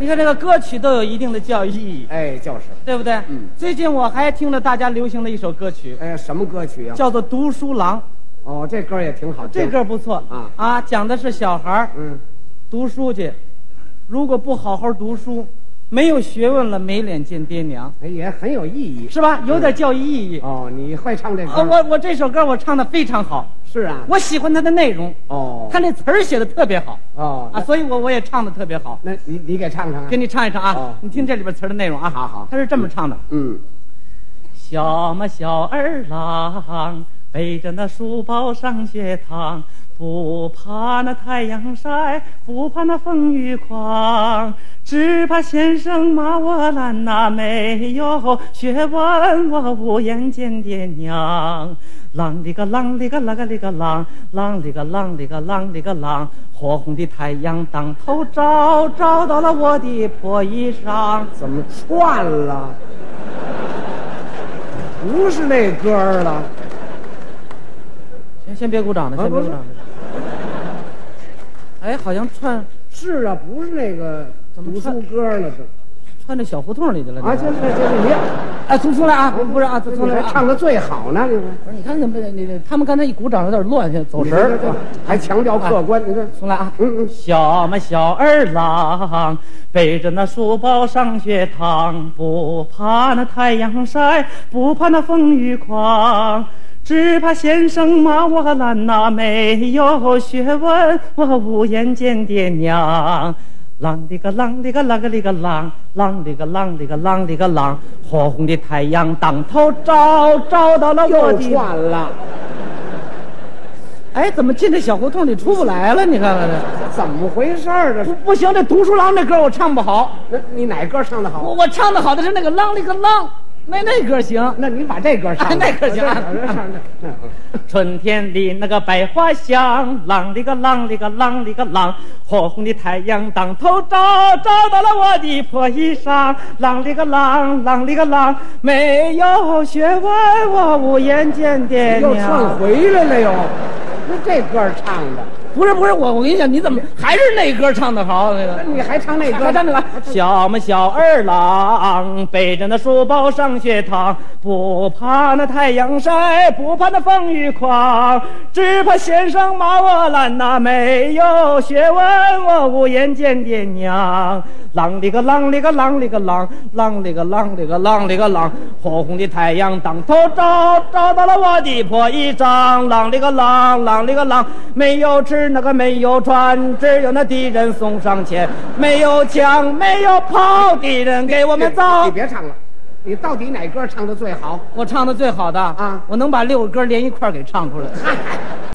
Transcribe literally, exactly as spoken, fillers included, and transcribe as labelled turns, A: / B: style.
A: 你看这个歌曲都有一定的教育意义，
B: 哎，就是，
A: 对不对？
B: 嗯。
A: 最近我还听了大家流行的一首歌曲，
B: 哎，什么歌曲啊？
A: 叫做《读书郎》。
B: 哦，这歌也挺好听，
A: 这歌不错
B: 啊
A: 啊，讲的是小孩
B: 嗯，
A: 读书去，如果不好好读书，没有学问了，没脸见爹娘，
B: 哎，也很有意义，
A: 是吧？有点教育意义。
B: 哦，你会唱这歌？
A: 啊，我我这首歌我唱的非常好。
B: 是啊，
A: 我喜欢它的内容。
B: 哦，
A: 他那词儿写的特别好。
B: 哦
A: 啊，所以我我也唱的特别好。
B: 那你你给唱唱啊？
A: 给你唱一唱啊！
B: 哦，
A: 你听这里边词儿的内容啊。
B: 好好，
A: 他是这么唱的。
B: 嗯，
A: 小嘛小儿郎，背着那书包上学堂，不怕那太阳晒，不怕那风雨狂，只怕先生骂我懒呐，没有学问我无颜见爹娘。啷里个啷里个啷个里个啷，啷里个啷里个啷里个啷，火红的太阳当头照，照到了我的破衣裳。
B: 怎么串了？不是那歌了。
A: 先先别鼓掌了，先别鼓掌了。哎，好像串
B: 是啊，不是那个读书歌了，这
A: 串这小胡同里去了。
B: 啊，就是就是你，
A: 哎，重重来啊！不是啊，重重来，
B: 唱的最好呢，你
A: 不是？你看怎么你他们刚才一鼓掌有点乱，走神儿，
B: 还强调客观。你看，
A: 重来啊！
B: 嗯嗯，
A: 小嘛小儿郎，背着那书包上学堂，不怕那太阳晒，不怕那风雨狂。只怕先生骂我懒呐，没有学问，我无颜见爹娘。啷里个啷里个啷个里个啷，啷里个啷里个啷里个啷，火红的太阳当头照，照到了我的。
B: 又串了。
A: 哎，怎么进这小胡同里出不来了？你看看这
B: 怎么回事儿？这
A: 不不行，这读书郎这歌我唱不好。
B: 那你哪歌唱得好？
A: 我我唱的好的是那个啷里个啷。那那歌行，
B: 那你把这歌唱，
A: 那歌行。春天里那个百花香，啷里个啷里个啷里个啷，火红的太阳当头照，照到了我的破衣裳。啷里个啷，啷里个啷，没有学问我无颜见爹娘。
B: 又串回来了又，那这歌唱的。
A: 不是不是我，我跟你讲，你怎么还是那歌唱的好？那个
B: 你还唱那歌？
A: 还唱那个小嘛小儿郎，背着那书包上学堂，不怕那太阳晒，不怕那风雨狂，只怕先生骂我懒呐，没有学问我无颜见爹娘。啷里个啷里个啷里个啷，啷里个啷里个啷里个啷，火红的太阳当头照，照到了我的破衣裳。啷里个啷，啷里个啷，没有吃那个没有穿，只有那敌人送上前，没有枪没有炮，敌人给我们造。
B: 你别唱了，你到底哪歌唱的最好？
A: 我唱的最好的
B: 啊，
A: 我能把六个歌连一块给唱出来。